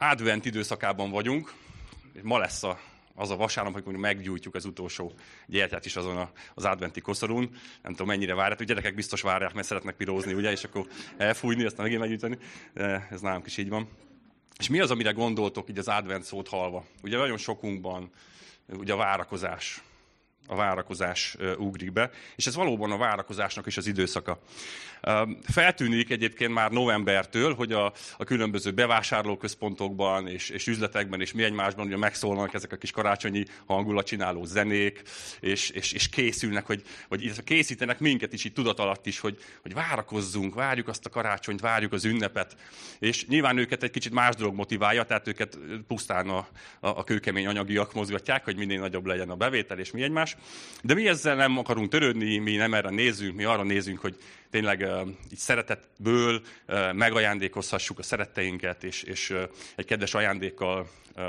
advent időszakában vagyunk. Ma lesz az a vasárnap, amikor meggyújtjuk az utolsó gyertyát is azon az adventi koszorún. Nem tudom, mennyire várjátok. Gyerekek biztos várják, mert szeretnek pirózni, ugye, és akkor elfújni, aztán megint meggyújtani. Ez nálunk is így van. És mi az, amire gondoltok így az advent szót hallva? Ugye nagyon sokunkban ugye a várakozás ugrik be, és ez valóban a várakozásnak is az időszaka. Feltűnik egyébként már novembertől, hogy a különböző bevásárlóközpontokban és üzletekben és mi egymásban ugye megszólalnak ezek a kis karácsonyi hangulatcsináló zenék, és készülnek, vagy készítenek minket is így tudat alatt is, hogy várakozzunk, várjuk azt a karácsonyt, várjuk az ünnepet. És nyilván őket egy kicsit más dolog motiválja, tehát őket pusztán a kőkemény anyagiak mozgatják, hogy minél nagyobb legyen a bevétel és mi egymás. De mi ezzel nem akarunk törődni, mi nem erre nézünk, mi arra nézünk, hogy tényleg így szeretetből megajándékozhassuk a szeretteinket, és egy kedves ajándékkal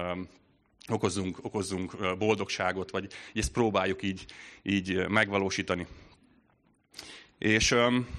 okozzunk boldogságot, vagy ezt próbáljuk így megvalósítani. És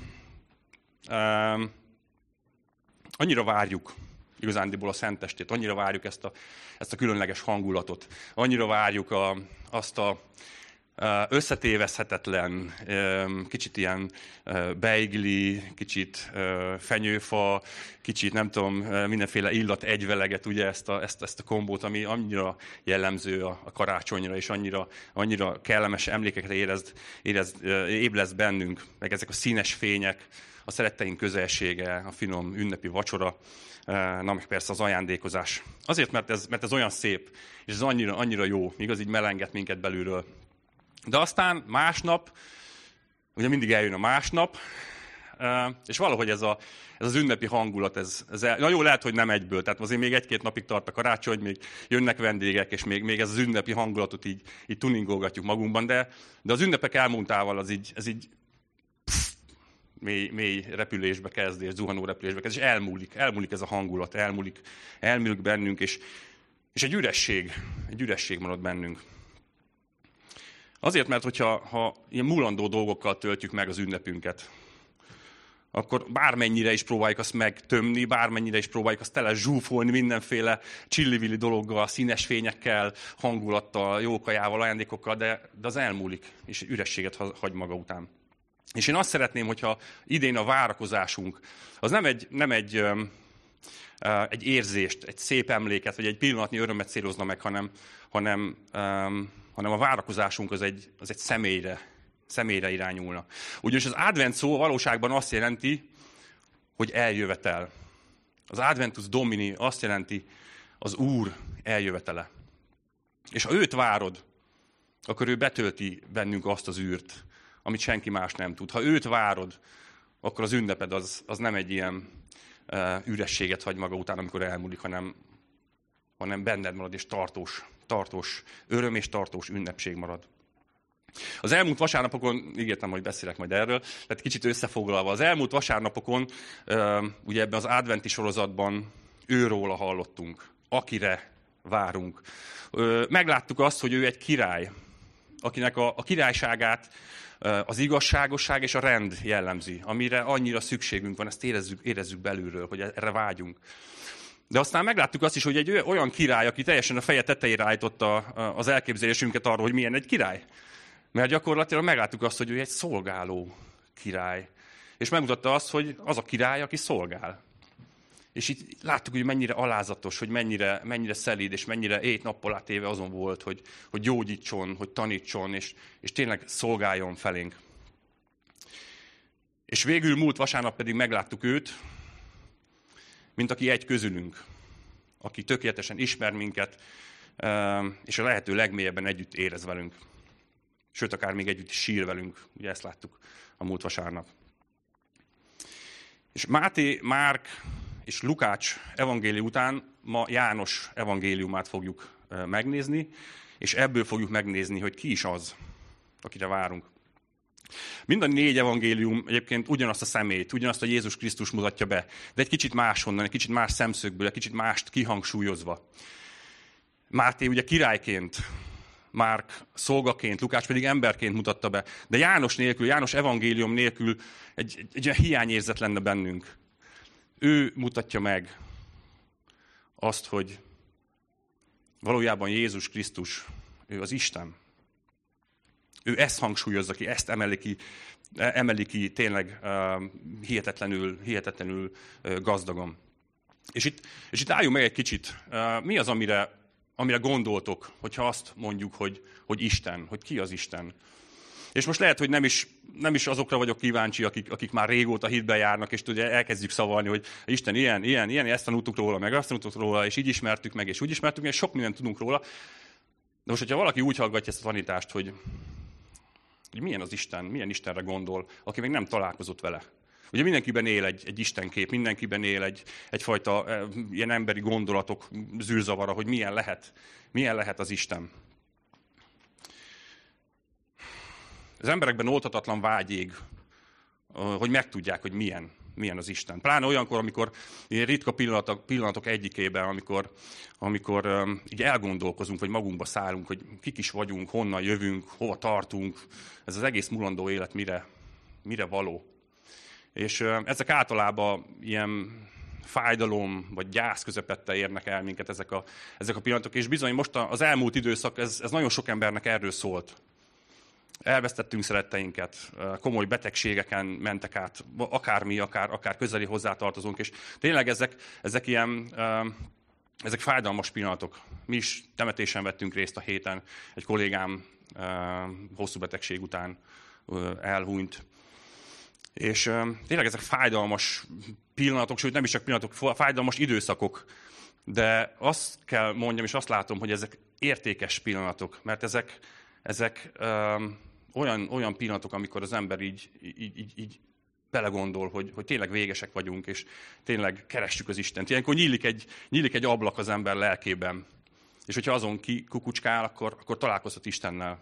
annyira várjuk igazándiból a szentestét, annyira várjuk ezt a különleges hangulatot, annyira várjuk azt a összetévezhetetlen, kicsit ilyen beigli, kicsit fenyőfa, kicsit nem tudom, mindenféle illat egyveleget, ugye ezt a kombót, ami annyira jellemző a karácsonyra, és annyira kellemes emlékekre ébresz bennünk, meg ezek a színes fények, a szeretteink közelsége, a finom ünnepi vacsora, na meg persze az ajándékozás. Azért, mert ez olyan szép, és ez annyira jó, igaz, így melenget minket belülről. De aztán másnap, ugye mindig eljön a másnap, és valahogy ez az ünnepi hangulat, na jó, lehet, hogy nem egyből, tehát azért még egy-két napig tart a karácsony, még jönnek vendégek, és még ez az ünnepi hangulatot így tuningolgatjuk magunkban, de az ünnepek elmúltával ez így mély repülésbe kezd, és zuhanó repülésbe kezd, és elmúlik ez a hangulat, elmúlik bennünk, és egy üresség marad bennünk. Azért, mert hogyha ilyen múlandó dolgokkal töltjük meg az ünnepünket, akkor bármennyire is próbáljuk azt megtömni, bármennyire is próbáljuk azt tele zsúfolni mindenféle csillivilli dologgal, színes fényekkel, hangulattal, jó kajával, ajándékokkal, de az elmúlik, és ürességet hagy maga után. És én azt szeretném, hogyha idén a várakozásunk, az nem egy érzést, egy szép emléket, vagy egy pillanatnyi örömet célozna meg, hanem a várakozásunk az egy személyre irányulna. Ugyanis az advent szó valóságban azt jelenti, hogy eljövetel. Az adventus domini azt jelenti, az Úr eljövetele. És ha őt várod, akkor ő betölti bennünk azt az űrt, amit senki más nem tud. Ha őt várod, akkor az ünneped az nem egy ilyen ürességet hagy maga után, amikor elmúlik, hanem benned marad, és tartós öröm és tartós ünnepség marad. Az elmúlt vasárnapokon, ígértem, hogy beszélek majd erről, tehát kicsit összefoglalva, az elmúlt vasárnapokon, ugye ebben az adventi sorozatban őróla hallottunk, akire várunk. Megláttuk azt, hogy ő egy király, akinek a királyságát az igazságosság és a rend jellemzi, amire annyira szükségünk van, ezt érezzük belülről, hogy erre vágyunk. De aztán megláttuk azt is, hogy egy olyan király, aki teljesen a feje tetejére állította az elképzelésünket arról, hogy milyen egy király. Mert gyakorlatilag megláttuk azt, hogy ő egy szolgáló király. És megmutatta azt, hogy az a király, aki szolgál. És itt láttuk, hogy mennyire alázatos, hogy mennyire szelíd, és mennyire 7 nappal átéve azon volt, hogy gyógyítson, hogy tanítson, és tényleg szolgáljon felénk. És végül múlt vasárnap pedig megláttuk őt, mint aki egy közülünk, aki tökéletesen ismer minket, és a lehető legmélyebben együtt érez velünk. Sőt, akár még együtt is sír velünk. Ugye ezt láttuk a múlt vasárnap. És Máté, Márk és Lukács evangélium után ma János evangéliumát fogjuk megnézni, és ebből fogjuk megnézni, hogy ki is az, akire várunk. Mind a 4 evangélium egyébként ugyanazt a személyt, ugyanazt a Jézus Krisztus mutatja be, de egy kicsit máshonnan, egy kicsit más szemszögből, egy kicsit mást kihangsúlyozva. Máté ugye királyként, Márk szolgaként, Lukács pedig emberként mutatta be, de János evangélium nélkül egy hiányérzet lenne bennünk. Ő mutatja meg azt, hogy valójában Jézus Krisztus, ő az Isten. Ő ezt hangsúlyozza ki, ezt emeli ki tényleg hihetetlenül gazdagon. És itt álljunk meg egy kicsit. Mi az, amire gondoltok, hogyha azt mondjuk, hogy Isten, hogy ki az Isten? És most lehet, hogy nem is azokra vagyok kíváncsi, akik már régóta hitben járnak, és ugye elkezdjük szavalni, hogy Isten ilyen, ezt tanultuk róla, meg azt tanultuk róla, és így ismertük meg, és úgy ismertük meg, és sok mindent tudunk róla. De most, hogyha valaki úgy hallgatja ezt a tanítást, hogy milyen az Isten, milyen Istenre gondol, aki még nem találkozott vele. Ugye mindenkiben él egy istenkép, mindenkiben él egyfajta ilyen emberi gondolatok zűrzavara, hogy milyen lehet az Isten. Az emberekben oldhatatlan vágy ég, hogy megtudják, hogy milyen az Isten. Pláne olyankor, amikor ilyen ritka pillanatok egyikében, amikor így elgondolkozunk, vagy magunkba szállunk, hogy kik is vagyunk, honnan jövünk, hova tartunk, ez az egész mulandó élet mire való. És ezek általában ilyen fájdalom vagy gyász közepette érnek el minket ezek a pillanatok, és bizony most az elmúlt időszak, ez nagyon sok embernek erről szólt. Elvesztettünk szeretteinket, komoly betegségeken mentek át, akár közeli hozzátartozónk, és tényleg ezek fájdalmas pillanatok. Mi is temetésen vettünk részt a héten, egy kollégám hosszú betegség után elhunyt. És tényleg ezek fájdalmas pillanatok, sőt nem is csak pillanatok, fájdalmas időszakok. De azt kell mondjam, és azt látom, hogy ezek értékes pillanatok, mert ezek olyan pillanatok, amikor az ember így belegondol, hogy tényleg végesek vagyunk, és tényleg keressük az Istent. Ilyenkor nyílik egy ablak az ember lelkében. És hogyha azon kikukucskál, akkor találkozhat Istennel.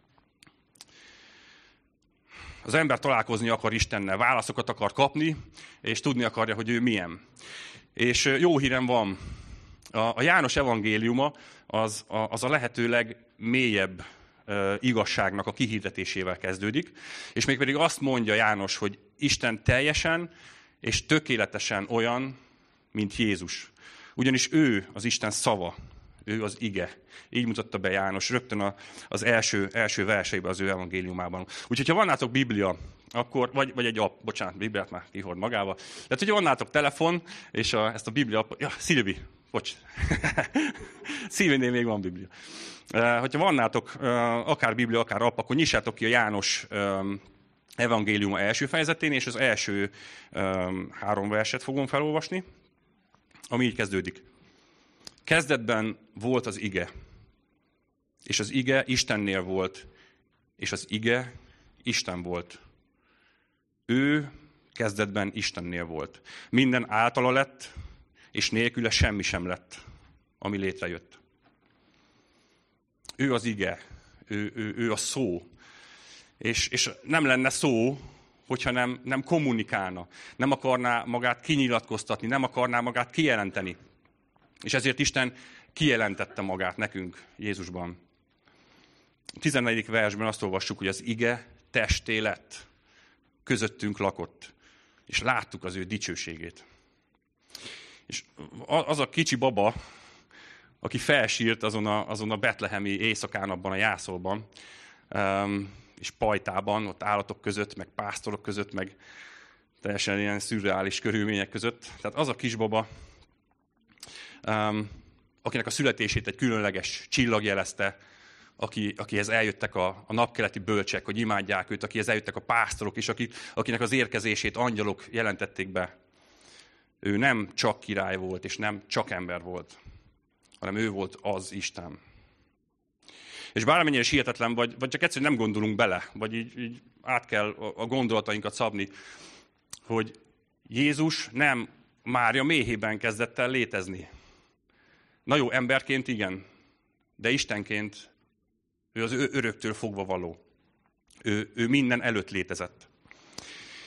Az ember találkozni akar Istennel, válaszokat akar kapni, és tudni akarja, hogy ő milyen. És jó hírem van. A János evangéliuma az a lehető legmélyebb igazságnak a kihirdetésével kezdődik, és mégpedig azt mondja János, hogy Isten teljesen és tökéletesen olyan, mint Jézus. Ugyanis ő az Isten szava, ő az ige. Így mutatta be János rögtön az első verseiben az ő evangéliumában. Úgyhogy, ha van nálatok Biblia, akkor, vagy egy app, Bibliát már kihord magával. Tehát, hogyha van nálatok telefon, és ezt a Biblia app, Szilvi, bocs. Szilvinél még van Biblia. Hogyha van nálatok akár Biblia, akár app, akkor nyissátok ki a János evangéliuma első fejezetén, és az első 3 verset fogom felolvasni, ami így kezdődik. Kezdetben volt az ige, és az ige Istennél volt, és az ige Isten volt. Ő kezdetben Istennél volt. Minden általa lett, és nélküle semmi sem lett, ami létrejött. Ő az ige, ő a szó. És nem lenne szó, hogyha nem kommunikálna, nem akarná magát kinyilatkoztatni, nem akarná magát kijelenteni. És ezért Isten kijelentette magát nekünk Jézusban. A 14. versben azt olvassuk, hogy az ige testé lett, közöttünk lakott, és láttuk az ő dicsőségét. És az a kicsi baba, aki felsírt azon a betlehemi éjszakán abban a jászolban, és pajtában, ott állatok között, meg pásztorok között, meg teljesen ilyen szürreális körülmények között. Tehát az a kisbaba, akinek a születését egy különleges csillag jelezte, akihez eljöttek a napkeleti bölcsek, hogy imádják őt, akihez eljöttek a pásztorok is, akinek az érkezését angyalok jelentették be. Ő nem csak király volt, és nem csak ember volt, hanem ő volt az Isten. És bármennyire is hihetetlen, vagy csak egyszerűen nem gondolunk bele, vagy így át kell a gondolatainkat szabni, hogy Jézus nem Mária méhében kezdett el létezni. Na jó, emberként igen, de Istenként ő az öröktől fogva való. Ő minden előtt létezett.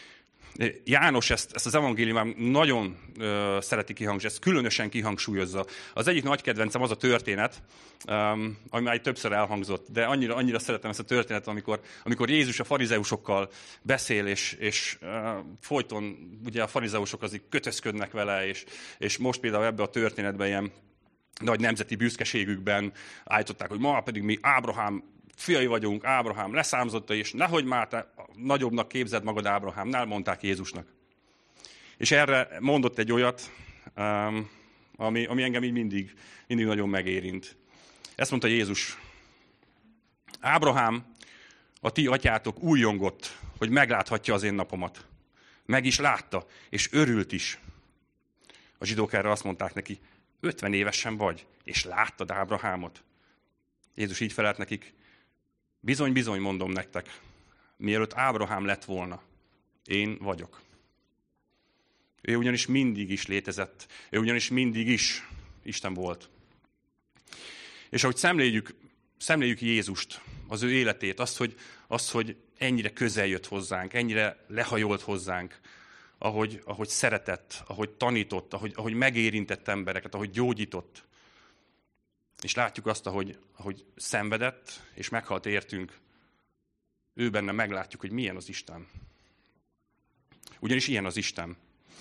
János ezt az evangéliumában nagyon szereti kihangsúlyozni, ezt különösen kihangsúlyozza. Az egyik nagy kedvencem az a történet, ami már többször elhangzott, de annyira szeretem ezt a történetet, amikor Jézus a farizeusokkal beszél, és folyton ugye a farizeusok azért kötözködnek vele, és most például ebben a történetben ilyen nagy nemzeti büszkeségükben állították, hogy ma pedig mi Ábrahám fiai vagyunk, Ábrahám leszámzotta, és nehogy már te nagyobbnak képzeld magad Ábrahámnál, mondták Jézusnak. És erre mondott egy olyat, ami engem így mindig nagyon megérint. Ezt mondta Jézus: Ábrahám, a ti atyátok újjongott, hogy megláthatja az én napomat. Meg is látta, és örült is. A zsidók erre azt mondták neki: 50 évesen vagy, és láttad Ábrahámot? Jézus így felelt nekik: bizony, bizony mondom nektek, mielőtt Ábrahám lett volna, én vagyok. Ő ugyanis mindig is létezett, ő ugyanis mindig is Isten volt. És ahogy szemléljük Jézust, az ő életét, azt, hogy ennyire közel jött hozzánk, ennyire lehajolt hozzánk, ahogy szeretett, ahogy tanított, ahogy megérintett embereket, ahogy gyógyított. És látjuk azt, ahogy szenvedett, és meghalt értünk, ő benne meglátjuk, hogy milyen az Isten. Ugyanis ilyen az Isten.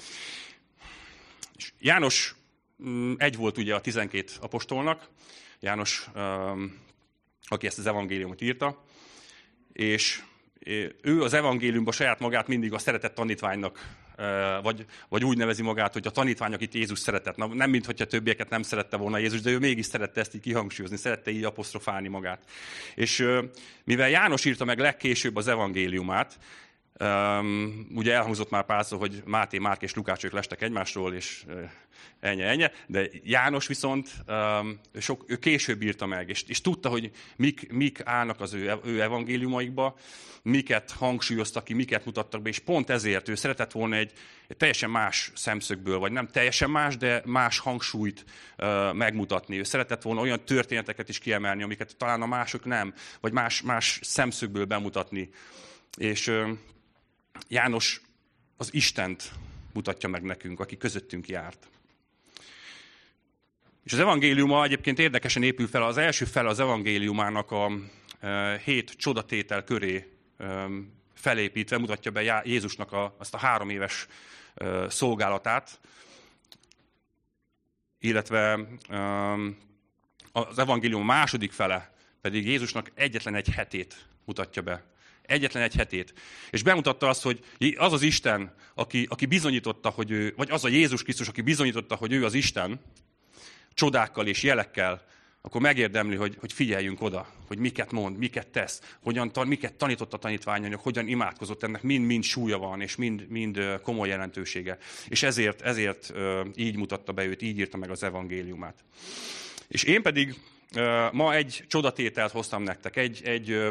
És János egy volt ugye a 12 apostolnak, János, aki ezt az evangéliumot írta, és ő az evangéliumban saját magát mindig a szeretett tanítványnak, vagy úgy nevezi magát, hogy a tanítvány, akit Jézus szeretett. Na, nem minthogyha többieket nem szerette volna Jézus, de ő mégis szerette ezt így kihangsúlyozni, szerette így apostrofálni magát. És mivel János írta meg legkésőbb az evangéliumát, ugye elhangzott már párszor, hogy Máté, Márk és Lukács ők lestek egymásról, és ennyi, de János viszont ő később írta meg, és tudta, hogy mik állnak az ő evangéliumaikba, miket hangsúlyoztak ki, miket mutattak be, és pont ezért ő szeretett volna egy teljesen más szemszögből, vagy nem teljesen más, de más hangsúlyt megmutatni. Ő szeretett volna olyan történeteket is kiemelni, amiket talán a mások nem, vagy más szemszögből bemutatni. És János az Istent mutatja meg nekünk, aki közöttünk járt. És az evangéliuma egyébként érdekesen épül fel, az első fele az evangéliumának a 7 csodatétel köré felépítve mutatja be Jézusnak azt a 3 éves szolgálatát, illetve az evangélium második fele pedig Jézusnak egyetlen egy hetét mutatja be. Egyetlen egy hetét. És bemutatta azt, hogy az az Isten, aki bizonyította, hogy ő, vagy az a Jézus Krisztus, aki bizonyította, hogy ő az Isten, csodákkal és jelekkel, akkor megérdemli, hogy figyeljünk oda, hogy miket mond, miket tesz, miket tanított a tanítványainak, hogyan imádkozott, ennek mind súlya van, és mind komoly jelentősége. És ezért így mutatta be őt, így írta meg az evangéliumát. És én pedig ma egy csodatételt hoztam nektek, egy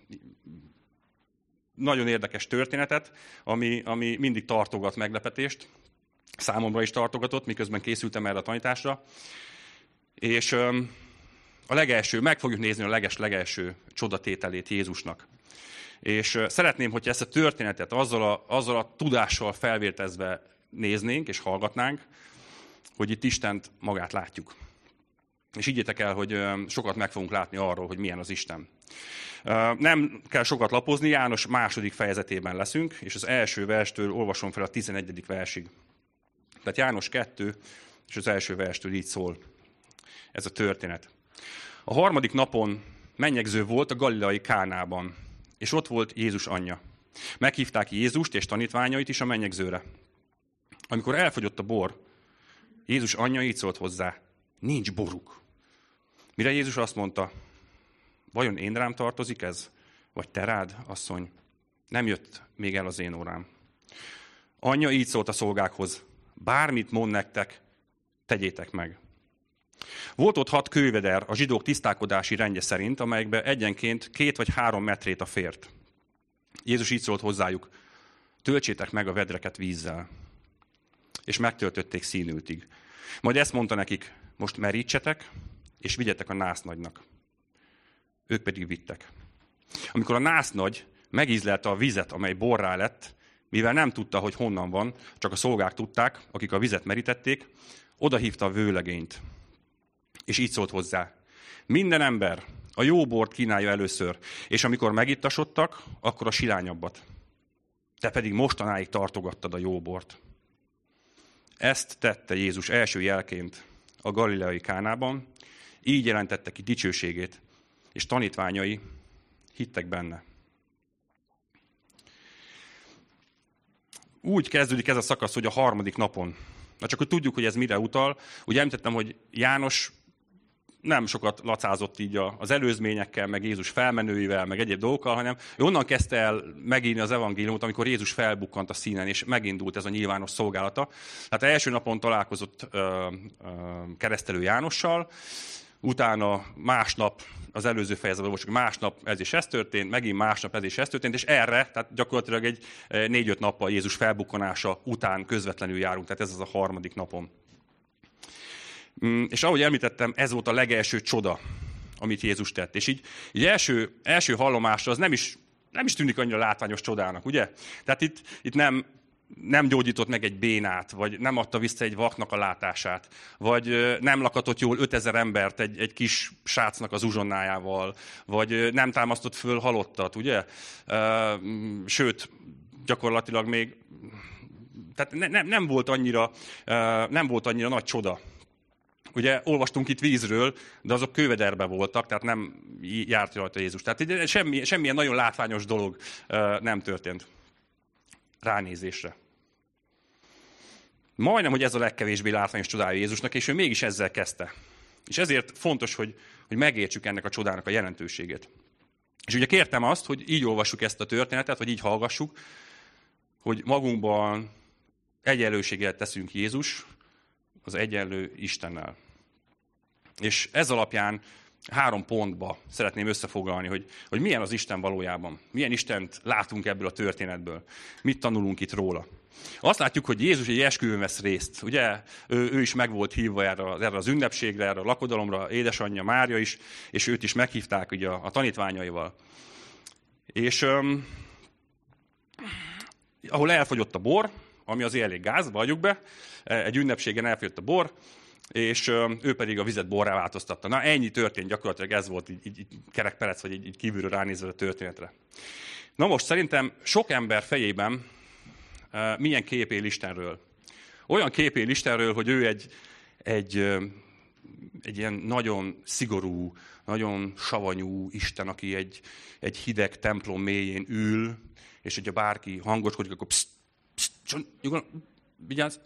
nagyon érdekes történetet, ami mindig tartogat meglepetést, számomra is tartogatott, miközben készültem erre a tanításra. És a legelső, meg fogjuk nézni a legelső csodatételét Jézusnak. És szeretném, hogyha ezt a történetet azzal a tudással felvértezve néznénk és hallgatnánk, hogy itt Istent magát látjuk. És higgyétek el, hogy sokat meg fogunk látni arról, hogy milyen az Isten. Nem kell sokat lapozni, János második fejezetében leszünk, és az első verstől olvasom fel a 11. versig. Tehát János 2, és az első verstől így szól ez a történet. A harmadik napon mennyegző volt a galileai Kánában, és ott volt Jézus anyja. Meghívták Jézust és tanítványait is a mennyegzőre. Amikor elfogyott a bor, Jézus anyja így szólt hozzá: nincs boruk. Mire Jézus azt mondta: vajon én rám tartozik ez? Vagy te rád, asszony? Nem jött még el az én órám. Anyja így szólt a szolgákhoz: bármit mond nektek, tegyétek meg. Volt ott 6 kőveder a zsidók tisztálkodási rendje szerint, amelyekbe egyenként 2 vagy 3 metrét a fért. Jézus így szólt hozzájuk: töltsétek meg a vedreket vízzel. És megtöltötték színültig. Majd ezt mondta nekik: most merítsetek, és vigyetek a násznagynak. Ők pedig vittek. Amikor a násznagy megízlelte a vizet, amely borrá lett, mivel nem tudta, hogy honnan van, csak a szolgák tudták, akik a vizet merítették, odahívta a vőlegényt. És így szólt hozzá: minden ember a jó bort kínálja először, és amikor megittasodtak, akkor a silányabbat. Te pedig mostanáig tartogattad a jó bort. Ezt tette Jézus első jelként a galileai Kánában, így jelentette ki dicsőségét, és tanítványai hittek benne. Úgy kezdődik ez a szakasz, hogy a harmadik napon. Na csak hogy tudjuk, hogy ez mire utal. Ugye említettem, hogy János nem sokat lacázott így az előzményekkel, meg Jézus felmenőivel, meg egyéb dolgokkal, hanem ő onnan kezdte el megírni az evangéliumot, amikor Jézus felbukkant a színen, és megindult ez a nyilvános szolgálata. Hát első napon találkozott keresztelő Jánossal, utána másnap, az előző fejezetben volt, másnap ez és ez történt, megint másnap ez és ez történt, és erre, tehát gyakorlatilag egy 4-5 nappal Jézus felbukkanása után közvetlenül járunk, tehát ez az a harmadik napon. És ahogy említettem, ez volt a legelső csoda, amit Jézus tett. És így első hallomásra az nem is tűnik annyira látványos csodának, ugye? Tehát itt nem gyógyított meg egy bénát, vagy nem adta vissza egy vaknak a látását, vagy nem lakatott jól 5000 embert egy kis srácnak az uzsonnájával, vagy nem támasztott föl halottat, ugye? Sőt, gyakorlatilag még tehát nem volt annyira nagy csoda. Ugye olvastunk itt vízről, de azok kővederbe voltak, tehát nem járt rajta Jézus. Tehát semmilyen nagyon látványos dolog nem történt ránézésre. Majdnem, hogy ez a legkevésbé látványos csodája Jézusnak, és ő mégis ezzel kezdte. És ezért fontos, hogy megértsük ennek a csodának a jelentőségét. És ugye kértem azt, hogy így olvassuk ezt a történetet, vagy így hallgassuk, hogy magunkban egyenlőséget teszünk Jézus az egyenlő Istennel. És ez alapján 3 pontba szeretném összefoglalni, hogy milyen az Isten valójában. Milyen Istent látunk ebből a történetből. Mit tanulunk itt róla. Azt látjuk, hogy Jézus egy esküvőn vesz részt. Ugye ő is meg volt hívva erre az ünnepségre, erre a lakodalomra, édesanyja Mária is, és őt is meghívták ugye a tanítványaival. És ahol elfogyott a bor, ami azért elég gáz, valljuk be, egy ünnepségen elfogyott a bor, és ő pedig a vizet borrá változtatta. Na, ennyi történt gyakorlatilag, ez volt így kerekperec, vagy így kívülről ránézve a történetre. Na most szerintem sok ember fejében milyen kép él Istenről. Olyan kép él Istenről, hogy ő egy ilyen nagyon szigorú, nagyon savanyú Isten, aki egy hideg templom mélyén ül, és hogyha bárki hangoskodik, akkor pszt, nyugodtan, vigyázz!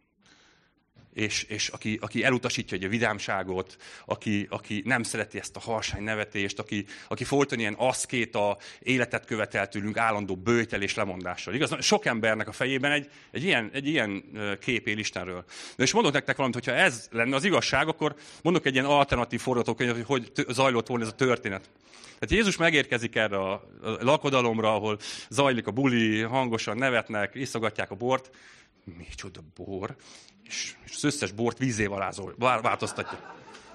És aki elutasítja a vidámságot, aki nem szereti ezt a harsány nevetést, aki folyton ilyen aszkéta életet követel tőlünk állandó böjtelés lemondással. Igaz? Sok embernek a fejében egy ilyen kép él Istenről. De és mondok nektek valamit, hogyha ez lenne az igazság, akkor mondok egy ilyen alternatív forgatókönyvet, hogy zajlott volna ez a történet. Tehát Jézus megérkezik erre a lakodalomra, ahol zajlik a buli, hangosan nevetnek, iszogatják a bort. Micsoda bor! És az összes bort vízzé változtatja.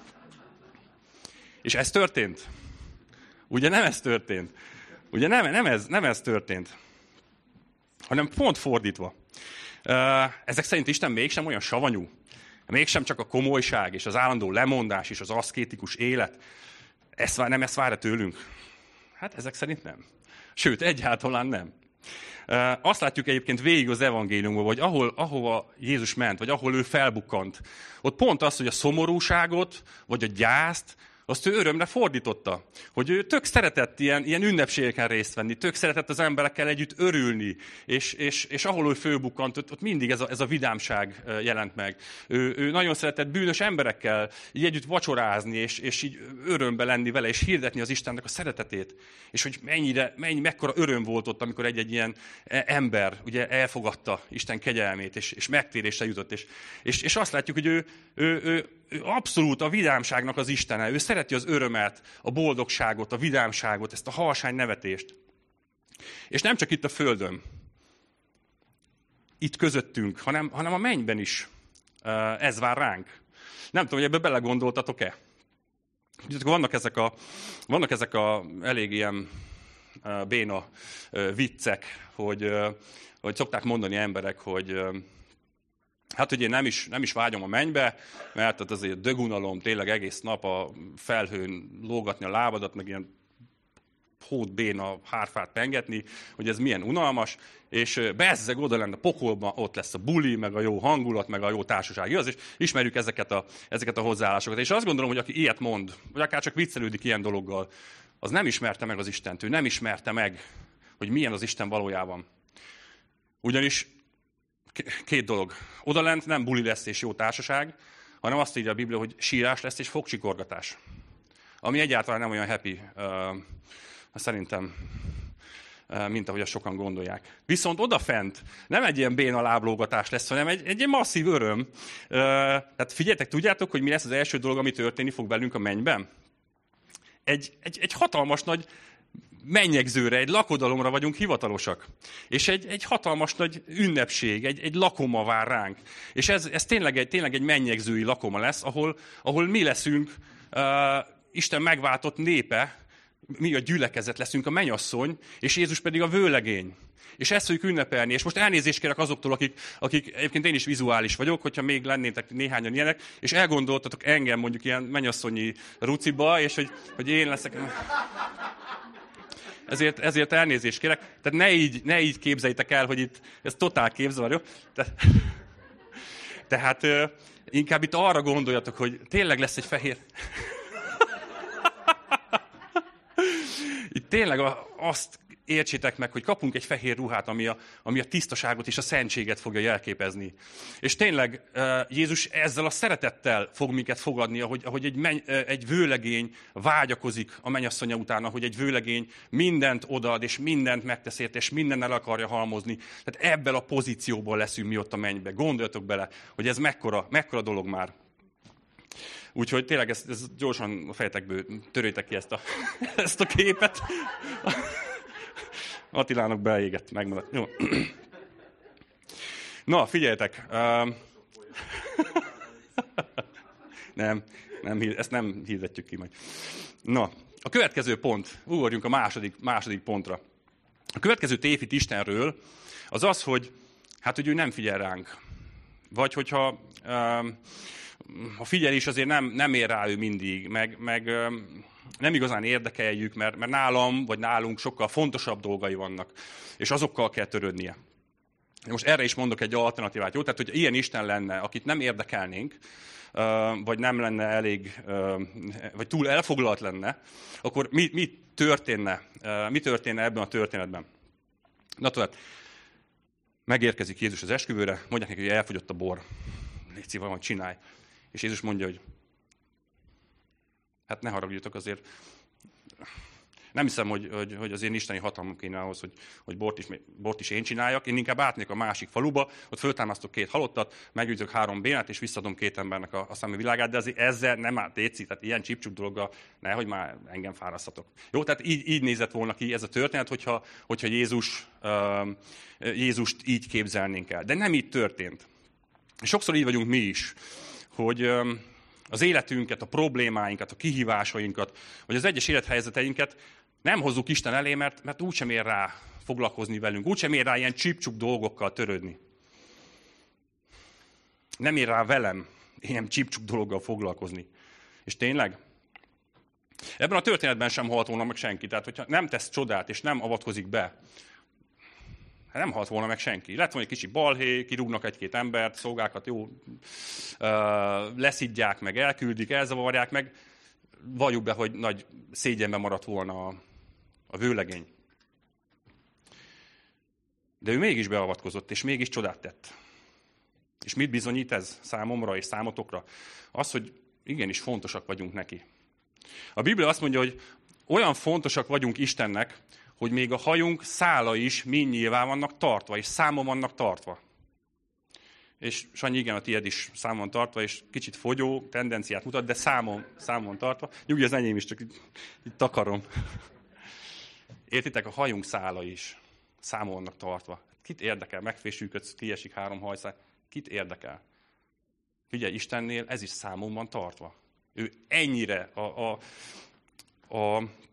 És ez történt? Ugye nem ez történt? Ugye nem ez történt? Hanem pont fordítva. Ezek szerint Isten mégsem olyan savanyú. Mégsem csak a komolyság és az állandó lemondás és az aszkétikus élet. Nem ezt várja tőlünk? Hát ezek szerint nem. Sőt, egyáltalán nem. Azt látjuk egyébként végig az evangéliumban, vagy ahova Jézus ment, vagy ahol ő felbukkant. Ott pont az, hogy a szomorúságot, vagy a gyászt, azt ő örömre fordította. Hogy ő tök szeretett ilyen ünnepségeken részt venni, tök szeretett az emberekkel együtt örülni, és ahol ő fölbukkant, ott mindig ez a vidámság jelent meg. Ő nagyon szeretett bűnös emberekkel így együtt vacsorázni, és így örömbe lenni vele, és hirdetni az Istennek a szeretetét. És hogy mekkora öröm volt ott, amikor egy ilyen ember ugye elfogadta Isten kegyelmét, és megtérésre jutott. És azt látjuk, hogy ő abszolút a vidámságnak az Istene. Ő szereti az örömet, a boldogságot, a vidámságot, ezt a harsány nevetést. És nem csak itt a földön, itt közöttünk, hanem a mennyben is ez vár ránk. Nem tudom, hogy ebbe belegondoltatok-e? Vannak ezek a elég ilyen béna viccek, hogy szokták mondani emberek, hogy hát, hogy én nem is vágyom a mennybe, mert ott azért dögunalom, tényleg egész nap a felhőn lógatni a lábadat, meg ilyen hódbéna hárfát pengetni, hogy ez milyen unalmas, és bezzeg oda lenne a pokolban, ott lesz a buli, meg a jó hangulat, meg a jó társaság. Igaz? És ismerjük ezeket a hozzáállásokat. És azt gondolom, hogy aki ilyet mond, vagy akár csak viccelődik ilyen dologgal, az nem ismerte meg az Istent, ő nem ismerte meg, hogy milyen az Isten valójában. Ugyanis két dolog. Odalent nem buli lesz és jó társaság, hanem azt írja a Biblia, hogy sírás lesz és fogcsikorgatás. Ami egyáltalán nem olyan happy, szerintem, mint ahogy azt sokan gondolják. Viszont odafent nem egy ilyen béna láblógatás lesz, hanem egy ilyen masszív öröm. Tehát figyeljetek, tudjátok, hogy mi lesz az első dolog, ami történni fog velünk a mennyben? Egy hatalmas nagy mennyegzőre, egy lakodalomra vagyunk hivatalosak. És egy hatalmas nagy ünnepség, egy lakoma vár ránk. És ez tényleg egy mennyegzői lakoma lesz, ahol mi leszünk Isten megváltott népe, mi a gyülekezet leszünk, a mennyasszony, és Jézus pedig a vőlegény. És ezt fogjuk ünnepelni. És most elnézést kérek azoktól, akik egyébként én is vizuális vagyok, hogyha még lennétek néhányan ilyenek, és elgondoltatok engem mondjuk ilyen mennyasszonyi ruciba, és hogy én leszek... Ezért elnézést kérek. Tehát ne így képzeljétek el, hogy itt ez totál képzavar, jó? Tehát inkább itt arra gondoljatok, hogy tényleg lesz egy fehér... Itt tényleg azt értsétek meg, hogy kapunk egy fehér ruhát, ami a tisztaságot és a szentséget fogja jelképezni. És tényleg Jézus ezzel a szeretettel fog minket fogadni, ahogy egy vőlegény vágyakozik a mennyasszonya után, ahogy egy vőlegény mindent odaad, és mindent megtesz érte, és mindent el akarja halmozni. Tehát ebből a pozícióból leszünk mi ott a mennybe. Gondoljatok bele, hogy ez mekkora dolog már. Úgyhogy tényleg ezt gyorsan a fejetekből törjétek ki ezt a képet. Attilának beégett, megmaradt. Jó. Na, figyeljetek. Ezt nem hirdetjük ki majd. Na, a következő pont. Ugorjunk a második pontra. A következő tévhit Istenről az, hogy ő nem figyel ránk. Vagy hogyha... a figyelés azért nem ér rá ő mindig, meg nem igazán érdekeljük, mert nálam vagy nálunk sokkal fontosabb dolgai vannak, és azokkal kell törődnie. Most erre is mondok egy alternatívát, jó? Tehát, hogy ilyen Isten lenne, akit nem érdekelnénk, vagy nem lenne elég, vagy túl elfoglalt lenne, akkor mi történne ebben a történetben? Na tudod, megérkezik Jézus az esküvőre, mondják neki, hogy elfogyott a bor. Légy szíves, valamit csinálj. És Jézus mondja, hogy hát ne haragudjatok, azért nem hiszem, hogy az én isteni hatalmam kéne ahhoz, hogy bort is én csináljak. Én inkább átnék a másik faluba, ott föltámasztok 2 halottat, meggyőzök 3 bénát, és visszadom 2 embernek a szemű világát, de azért ezzel nem áll téci, tehát ilyen csipcsuk dologgal nehogy már engem fárasztatok. Jó, tehát így nézett volna ki ez a történet, hogyha Jézust így képzelnénk el. De nem így történt. Sokszor így vagyunk mi is, hogy az életünket, a problémáinkat, a kihívásainkat, vagy az egyes élethelyzeteinket nem hozzuk Isten elé, mert úgysem ér rá foglalkozni velünk, úgysem ér rá ilyen csipcsuk dolgokkal törődni. Nem ér rá velem ilyen csipcsuk dologgal foglalkozni. És tényleg? Ebben a történetben sem halt volna meg senki. Tehát, hogyha nem tesz csodát, és nem avatkozik be, nem halt volna meg senki. Lett volna egy kicsi balhé, kirúgnak 1-2 embert, szolgákat jó leszidják, meg elküldik, elzavarják meg. Valljuk be, hogy nagy szégyenben maradt volna a vőlegény. De ő mégis beavatkozott, és mégis csodát tett. És mit bizonyít ez számomra és számotokra? Az, hogy igenis fontosak vagyunk neki. A Biblia azt mondja, hogy olyan fontosak vagyunk Istennek, hogy még a hajunk szála is mind nyilván vannak tartva, és számon vannak tartva. És Sanyi, igen, a tiéd is számon tartva, és kicsit fogyó tendenciát mutat, de számon tartva. Nyugi, az enyém is, csak itt takarom. Értitek, a hajunk szála is számon vannak tartva. Kit érdekel? Megfésülködsz, kiesik 3 hajszál. Kit érdekel? Figyelj, Istennél ez is számon van tartva. Ő ennyire a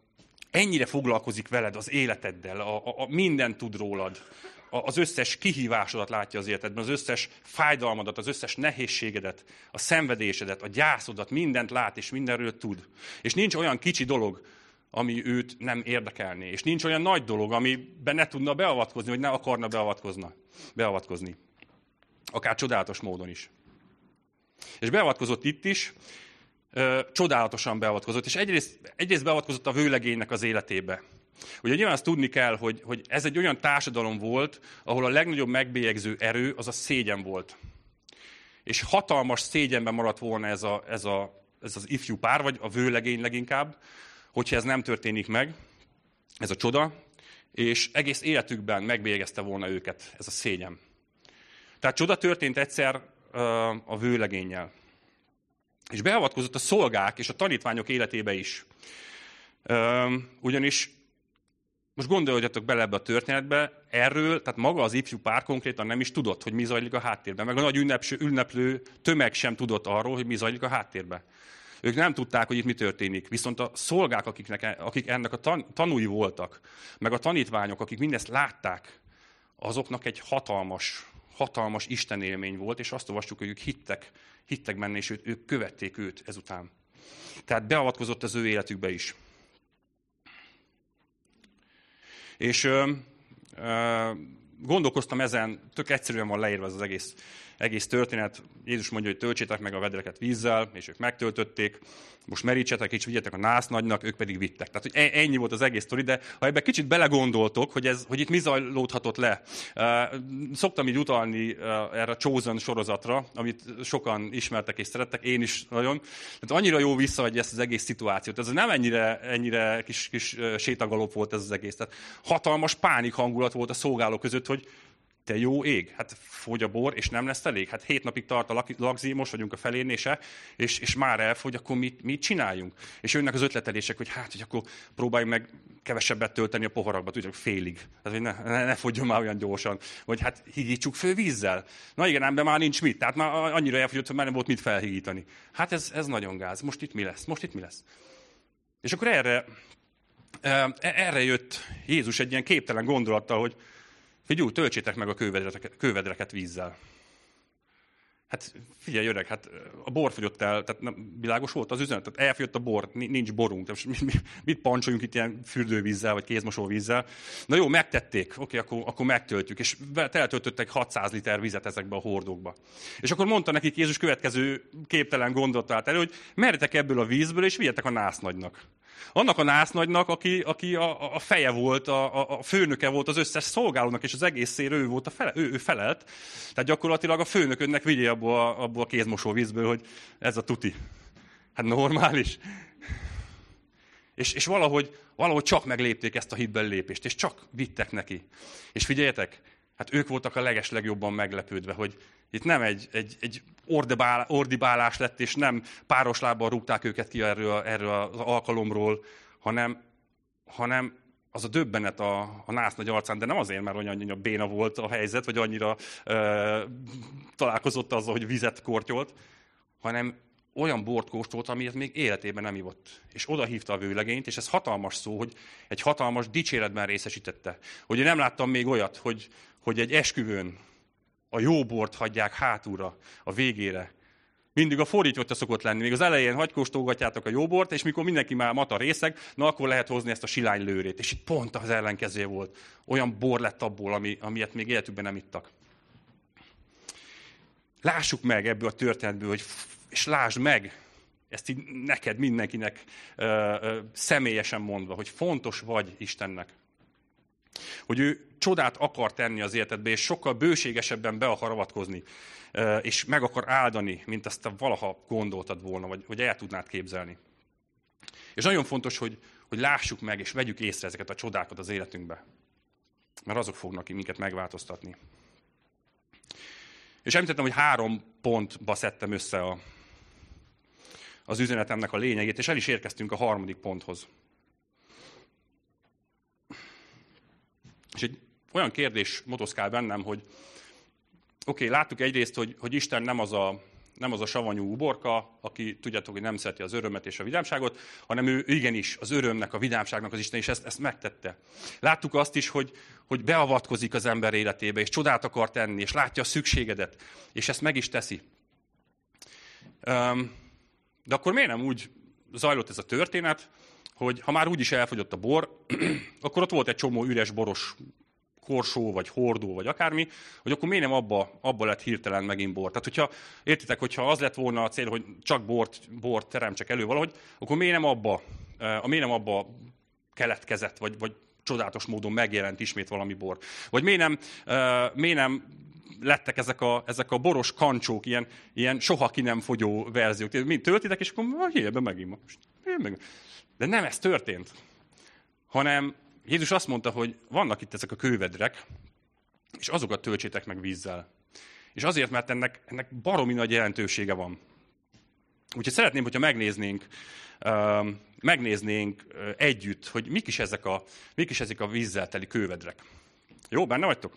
ennyire foglalkozik veled, az életeddel, mindent tud rólad, az összes kihívásodat látja az életedben, az összes fájdalmadat, az összes nehézségedet, a szenvedésedet, a gyászodat, mindent lát, és mindenről tud. És nincs olyan kicsi dolog, ami őt nem érdekelné. És nincs olyan nagy dolog, amiben ne tudna beavatkozni, vagy ne akarna beavatkozni. Akár csodálatos módon is. És beavatkozott itt is, csodálatosan beavatkozott, és egyrészt beavatkozott a vőlegénynek az életébe. Ugye nyilván azt tudni kell, hogy ez egy olyan társadalom volt, ahol a legnagyobb megbélyegző erő az a szégyen volt. És hatalmas szégyenben maradt volna ez az ifjú pár, vagy a vőlegény leginkább, hogyha ez nem történik meg, ez a csoda, és egész életükben megbélyegezte volna őket ez a szégyen. Tehát csoda történt egyszer a vőlegénnyel. És beavatkozott a szolgák és a tanítványok életébe is. Ugyanis, most gondoljatok bele ebbe a történetbe, erről, tehát maga az ifjú pár konkrétan nem is tudott, hogy mi zajlik a háttérben. Meg a nagy ünneplő tömeg sem tudott arról, hogy mi zajlik a háttérben. Ők nem tudták, hogy itt mi történik. Viszont a szolgák, akik ennek a tanúi voltak, meg a tanítványok, akik mindezt látták, azoknak egy hatalmas Isten élmény volt, és azt olvassuk, hogy ők hittek benne, és ők követték őt ezután. Tehát beavatkozott az ő életükbe is. És gondolkoztam ezen, tök egyszerűen van leírva ez az egész történet. Jézus mondja, hogy töltsétek meg a vedreket vízzel, és ők megtöltötték. Most merítsetek és vigyetek a násznagynak, ők pedig vittek. Tehát hogy ennyi volt az egész sztori, de ha ebben kicsit belegondoltok, hogy itt mi zajlódhatott le. Szoktam így utalni erre a Chosen sorozatra, amit sokan ismertek és szerettek, én is nagyon. Tehát annyira jó visszaadja ezt az egész szituációt. Ez nem ennyire kis sétagalop volt ez az egész. Tehát hatalmas pánik hangulat volt a szolgálók között, hogy te jó ég, hát fogy a bor, és nem lesz elég. Hát 7 napig tart a lagzi, most vagyunk a felénése, és már elfogy, akkor mit csináljunk? És jönnek az ötletelések, hogy hogy akkor próbáljunk meg kevesebbet tölteni a poharakba, tudjuk, félig. Tehát, hogy ne fogyjon már olyan gyorsan. Vagy hát higítsuk föl vízzel. Na igen, ám, de már nincs mit. Tehát már annyira elfogyott, hogy már nem volt mit felhigítani. Hát ez nagyon gáz. Most itt mi lesz? És akkor erre jött Jézus egy ilyen képtelen gondolattal, hogy figyelj, töltsétek meg a kővedreket vízzel. Hát figyelj, öreg, hát a bor fogyott el, tehát nem, világos volt az üzenet, tehát elfogyott a bor, nincs borunk, tehát mit pancsoljunk itt ilyen fürdővízzel, vagy kézmosóvízzel. Na jó, megtették, oké, akkor megtöltjük, és teltöltöttek 600 liter vizet ezekbe a hordókba. És akkor mondta nekik Jézus következő képtelen gondolatát elő, hogy merjetek ebből a vízből, és vigyetek a násznagynak. Annak a násznagynak, aki a feje volt, a főnöke volt az összes szolgálónak, és az egészért ő volt ő felelt. Tehát gyakorlatilag a főnöködnek vigye abból a kézmosó vízből, hogy ez a tuti. Hát normális. És valahogy csak meglépték ezt a hitbeli lépést, és csak vittek neki. És figyeljetek, hát ők voltak a legeslegjobban meglepődve, hogy itt nem egy ordibálás lett, és nem páros lábbal rúgták őket ki erről az alkalomról, hanem az a döbbenet a násznagy arcán, de nem azért, mert annyira béna volt a helyzet, vagy annyira találkozott azzal, hogy vizet kortyolt, hanem olyan bort kóstolt, amilyet még életében nem ivott. És oda hívta a vőlegényt, és ez hatalmas szó, hogy egy hatalmas dicséretben részesítette. Hogy én nem láttam még olyat, hogy egy esküvőn a jó bort hagyják hátulra, a végére. Mindig a fordítva szokott lenni. Még az elején hagykóstolgatjátok a jó bort, és mikor mindenki már mata részeg, na akkor lehet hozni ezt a silány lőrét. És itt pont az ellenkezője volt. Olyan bor lett abból, amilyet még életükben nem ittak. Lássuk meg ebből a történetből, és lásd meg, ezt így neked, mindenkinek személyesen mondva, hogy fontos vagy Istennek. Hogy ő csodát akar tenni az életedbe, és sokkal bőségesebben be akar avatkozni, és meg akar áldani, mint azt te valaha gondoltad volna, vagy hogy el tudnád képzelni. És nagyon fontos, hogy lássuk meg, és vegyük észre ezeket a csodákat az életünkbe. Mert azok fognak minket megváltoztatni. És említettem, hogy 3 pontba szedtem össze az üzenetemnek a lényegét, és el is érkeztünk a 3. ponthoz. És egy olyan kérdés motoszkál bennem, hogy láttuk egyrészt, hogy Isten nem az nem az a savanyú uborka, aki tudjátok, hogy nem szereti az örömet és a vidámságot, hanem ő igenis az örömnek, a vidámságnak az Isten, és ezt megtette. Láttuk azt is, hogy beavatkozik az ember életébe, és csodát akar tenni, és látja a szükségedet, és ezt meg is teszi. De akkor miért nem úgy zajlott ez a történet, hogy ha már úgyis elfogyott a bor, akkor ott volt egy csomó üres boros korsó, vagy hordó, vagy akármi, hogy akkor miért nem abba lett hirtelen megint bor. Tehát, értitek, hogyha az lett volna a cél, hogy csak bort teremtsek elő valahogy, akkor miért nem abba keletkezett, vagy csodálatos módon megjelent ismét valami bor. Vagy miért nem lettek ezek a boros kancsók, ilyen soha ki nem fogyó verziók. Mind töltitek, és akkor hírben megint most. De nem ez történt, hanem Jézus azt mondta, hogy vannak itt ezek a kővedrek, és azokat töltsétek meg vízzel. És azért, mert ennek baromi nagy jelentősége van. Úgyhogy szeretném, hogyha megnéznénk együtt, hogy mik is ezek a vízzel teli kővedrek. Jó, benne vagytok?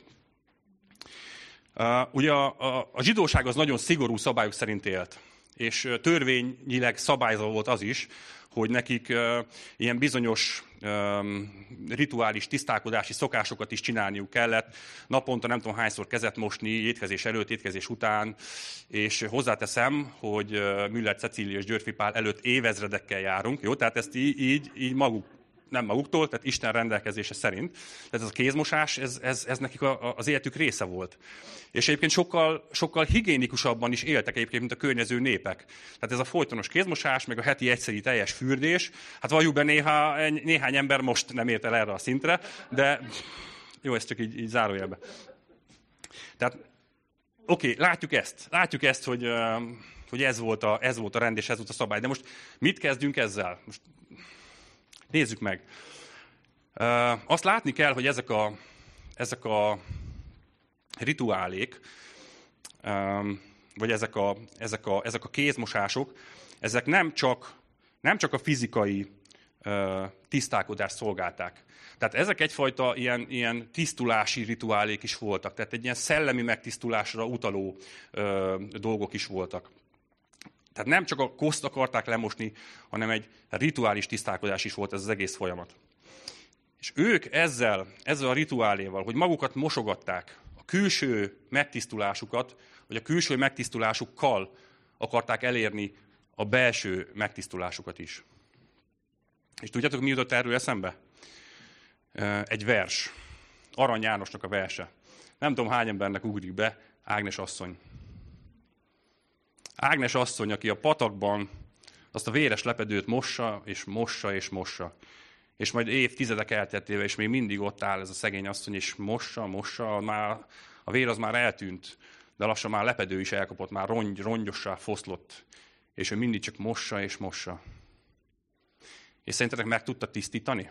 Ugye a zsidóság az nagyon szigorú szabályok szerint élt, és törvényileg szabályozva volt az is, hogy nekik ilyen bizonyos rituális tisztálkodási szokásokat is csinálniuk kellett. Naponta nem tudom hányszor kezet mosni, étkezés előtt, étkezés után, és hozzáteszem, hogy Müller Cecília és Györffy Pál előtt évezredekkel járunk, jó? Tehát ezt így nem maguktól, tehát Isten rendelkezése szerint. Tehát ez a kézmosás, ez nekik az életük része volt. És egyébként sokkal higiénikusabban is éltek egyébként, mint a környező népek. Tehát ez a folytonos kézmosás, meg a heti egyszeri teljes fürdés, hát valljuk be néhány ember most nem ért el erre a szintre, de jó, ez csak így zárójelbe. Tehát oké, látjuk ezt, hogy ez volt a rend és ez volt a szabály. De most mit kezdjünk ezzel? Most nézzük meg. Azt látni kell, hogy ezek a rituálék, vagy ezek a kézmosások, ezek nem csak a fizikai tisztálkodást szolgálták. Tehát ezek egyfajta ilyen tisztulási rituálék is voltak. Tehát egy ilyen szellemi megtisztulásra utaló dolgok is voltak. Tehát nem csak a koszt akarták lemosni, hanem egy rituális tisztálkodás is volt ez az egész folyamat. És ők ezzel a rituáléval, hogy magukat mosogatták, a külső megtisztulásukat, vagy a külső megtisztulásukkal akarták elérni a belső megtisztulásukat is. És tudjátok, mi jutott erről eszembe? Egy vers. Arany Jánosnak a verse. Nem tudom, hány embernek ugrik be, Ágnes asszony. Ágnes asszony, aki a patakban azt a véres lepedőt mossa, és mossa, és mossa. És majd évtizedek elteltével, és még mindig ott áll ez a szegény asszony, és mossa, már a vér az már eltűnt, de lassan már lepedő is elkapott, már rongyossá foszlott, és ő mindig csak mossa, és mossa. És szerintetek meg tudta tisztítani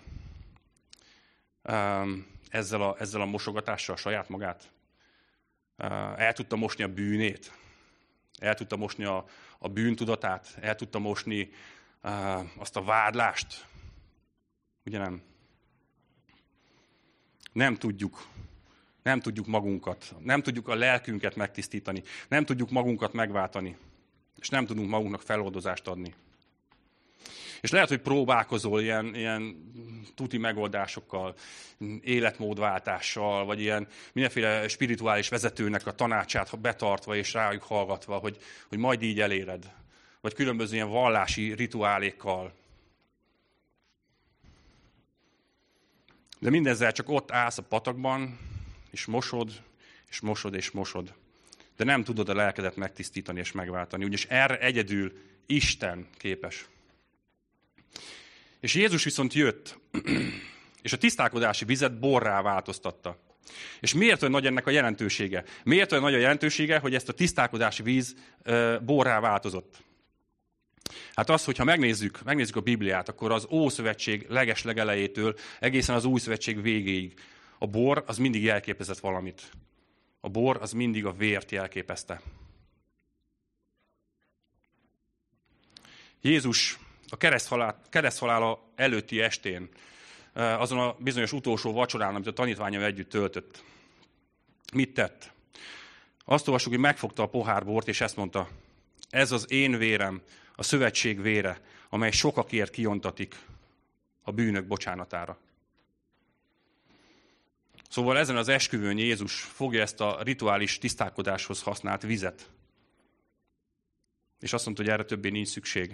ezzel a mosogatással saját magát? El tudta mosni a bűnét? El tudta mosni a bűntudatát? El tudta mosni azt a vádlást? Ugye nem? Nem tudjuk magunkat, nem tudjuk a lelkünket megtisztítani, nem tudjuk magunkat megváltani, és nem tudunk magunknak feloldozást adni. És lehet, hogy próbálkozol ilyen tuti megoldásokkal, életmódváltással, vagy ilyen mindenféle spirituális vezetőnek a tanácsát betartva és rájuk hallgatva, hogy majd így eléred. Vagy különböző ilyen vallási rituálékkal. De mindezzel csak ott állsz a patakban, és mosod, és mosod, és mosod. De nem tudod a lelkedet megtisztítani és megváltani. Ugyanis erre egyedül Isten képes. És Jézus viszont jött, és a tisztálkodási vizet borrá változtatta. És miért olyan nagy ennek a jelentősége? Miért olyan nagy a jelentősége, hogy ezt a tisztálkodási víz borrá változott? Hát az, hogyha megnézzük a Bibliát, akkor az Ószövetség legelejétől egészen az Új Szövetség végéig a bor az mindig jelképezett valamit. A bor az mindig a vért jelképezte. Jézus a kereszthalála előtti estén, azon a bizonyos utolsó vacsorán, amit a tanítványai együtt töltött. Mit tett? Azt olvassuk, hogy megfogta a pohár bort, és ezt mondta, Ez az én vérem, a szövetség vére, amely sokakért kiontatik a bűnök bocsánatára. Szóval ezen az esküvőn Jézus fogja ezt a rituális tisztálkodáshoz használt vizet. És azt mondta, hogy erre többé nincs szükség.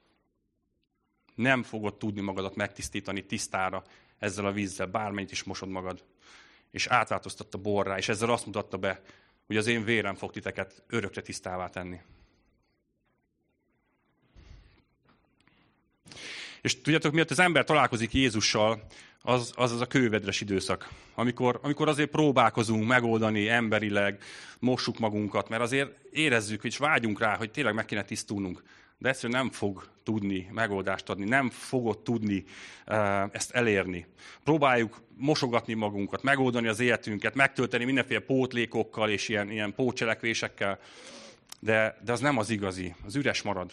Nem fogod tudni magadat megtisztítani tisztára ezzel a vízzel, bármennyit is mosod magad. És átváltoztatta borrá, és ezzel azt mutatta be, hogy az én vérem fog titeket örökre tisztává tenni. És tudjátok, miért az ember találkozik Jézussal, az a kővedres időszak. Amikor azért próbálkozunk megoldani emberileg, mossuk magunkat, mert azért érezzük, és vágyunk rá, hogy tényleg meg kéne tisztulnunk. De egyszerűen nem fog tudni megoldást adni, nem fogod tudni ezt elérni. Próbáljuk mosogatni magunkat, megoldani az életünket, megtölteni mindenféle pótlékokkal és ilyen pótcselekvésekkel, de az nem az igazi, az üres marad.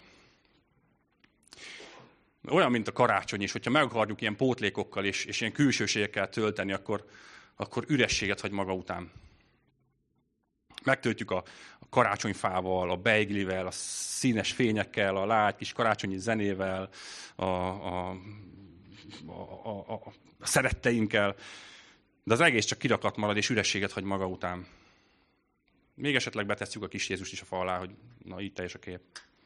Olyan, mint a karácsony is, hogyha meg akarjuk ilyen pótlékokkal és ilyen külsőségekkel tölteni, akkor ürességet hagy maga után. Megtöltjük a karácsonyfával, a beiglivel, a színes fényekkel, a lágy kis karácsonyi zenével, a szeretteinkkel, de az egész csak kirakat marad, és ürességet hagy maga után. Még esetleg betesszük a kis Jézust is a fa alá, hogy na, így teljes a kép.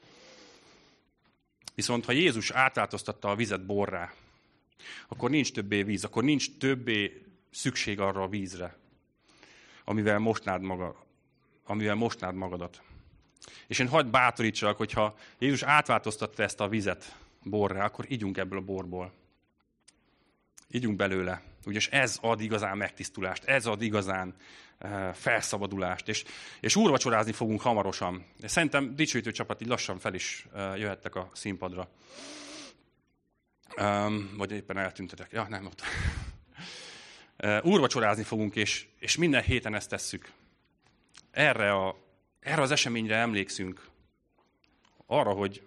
Viszont ha Jézus átváltoztatta a vizet borrá, akkor nincs többé víz, akkor nincs többé szükség arra a vízre, amivel mosnád magadat. És én hagyd bátorítsalak, hogyha Jézus átváltoztatta ezt a vizet borrá, akkor ígyunk ebből a borból. Ígyunk belőle. Ugyanis ez ad igazán megtisztulást, ez ad igazán felszabadulást. És úrvacsorázni fogunk hamarosan. Szerintem dicsőítő csapat így lassan fel is jöhettek a színpadra. Vagy éppen eltüntetek. Ja, nem ott. Úrvacsorázni fogunk, és minden héten ezt tesszük. Erre az eseményre emlékszünk. Arra, hogy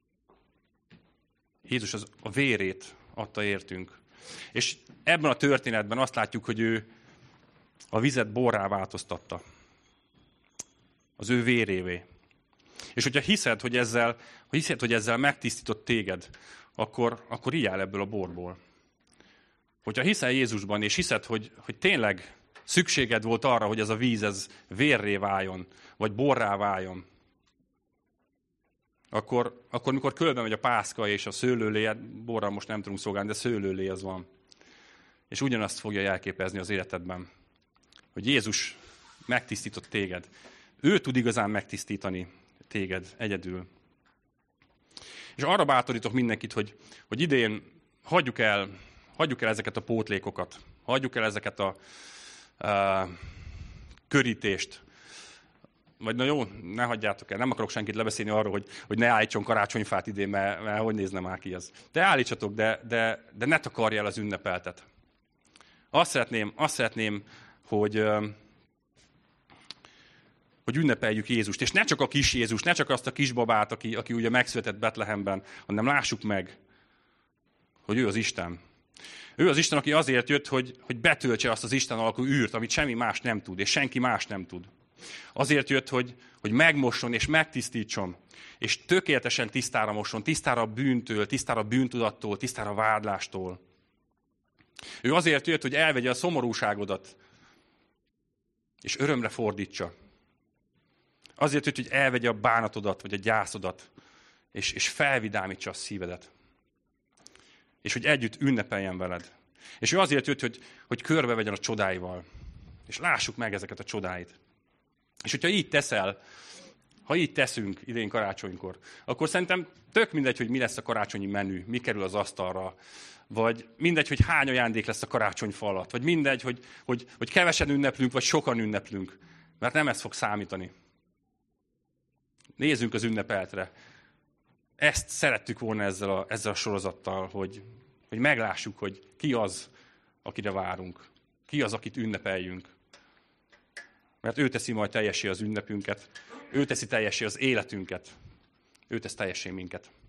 Jézus a vérét adta értünk. És ebben a történetben azt látjuk, hogy ő a vizet borrá változtatta. Az ő vérévé. És hogyha hiszed, hogy ezzel megtisztított téged, akkor igyál ebből a borból. Hogyha hiszel Jézusban, és hiszed, hogy tényleg szükséged volt arra, hogy ez a víz ez vérré váljon, vagy borrá váljon, akkor mikor körbe megy a pászka és a szőlőlé, borral most nem tudunk szolgálni, de szőlőlé az van. És ugyanazt fogja jelképezni az életedben, hogy Jézus megtisztított téged. Ő tud igazán megtisztítani téged egyedül. És arra bátorítok mindenkit, hogy idén hagyjuk el ezeket a pótlékokat, hagyjuk el ezeket a körítést. Vagy na jó, ne hagyjátok el, nem akarok senkit lebeszélni arról, hogy ne állítson karácsonyfát idén, mert hogy nézne már ki az. De állítsatok, de ne takarja el az ünnepeltet. Azt szeretném, hogy ünnepeljük Jézust. És ne csak a kis Jézus, ne csak azt a kisbabát, aki ugye megszületett Betlehemben, hanem lássuk meg, hogy ő az Isten. Ő az Isten, aki azért jött, hogy betöltse azt az Isten alakú űrt, amit semmi más nem tud, és senki más nem tud. Azért jött, hogy megmosson és megtisztítson, és tökéletesen tisztára mosson, tisztára a bűntől, tisztára a bűntudattól, tisztára a vádlástól. Ő azért jött, hogy elvegye a szomorúságodat, és örömre fordítsa. Azért jött, hogy elvegye a bánatodat, vagy a gyászodat, és felvidámítsa a szívedet. És hogy együtt ünnepeljen veled. És ő azért jött, hogy körbevegyen a csodáival. És lássuk meg ezeket a csodáit. És hogyha így teszel, ha így teszünk idén karácsonykor, akkor szerintem tök mindegy, hogy mi lesz a karácsonyi menü, mi kerül az asztalra, vagy mindegy, hogy hány ajándék lesz a karácsonyfa alatt, vagy mindegy, hogy kevesen ünneplünk, vagy sokan ünneplünk, mert nem ez fog számítani. Nézzünk az ünnepeltre. Ezt szerettük volna ezzel a sorozattal, hogy meglássuk, hogy ki az, akire várunk. Ki az, akit ünnepeljünk. Mert ő teszi majd teljessé az ünnepünket, ő teszi teljessé az életünket, ő tesz teljessé minket.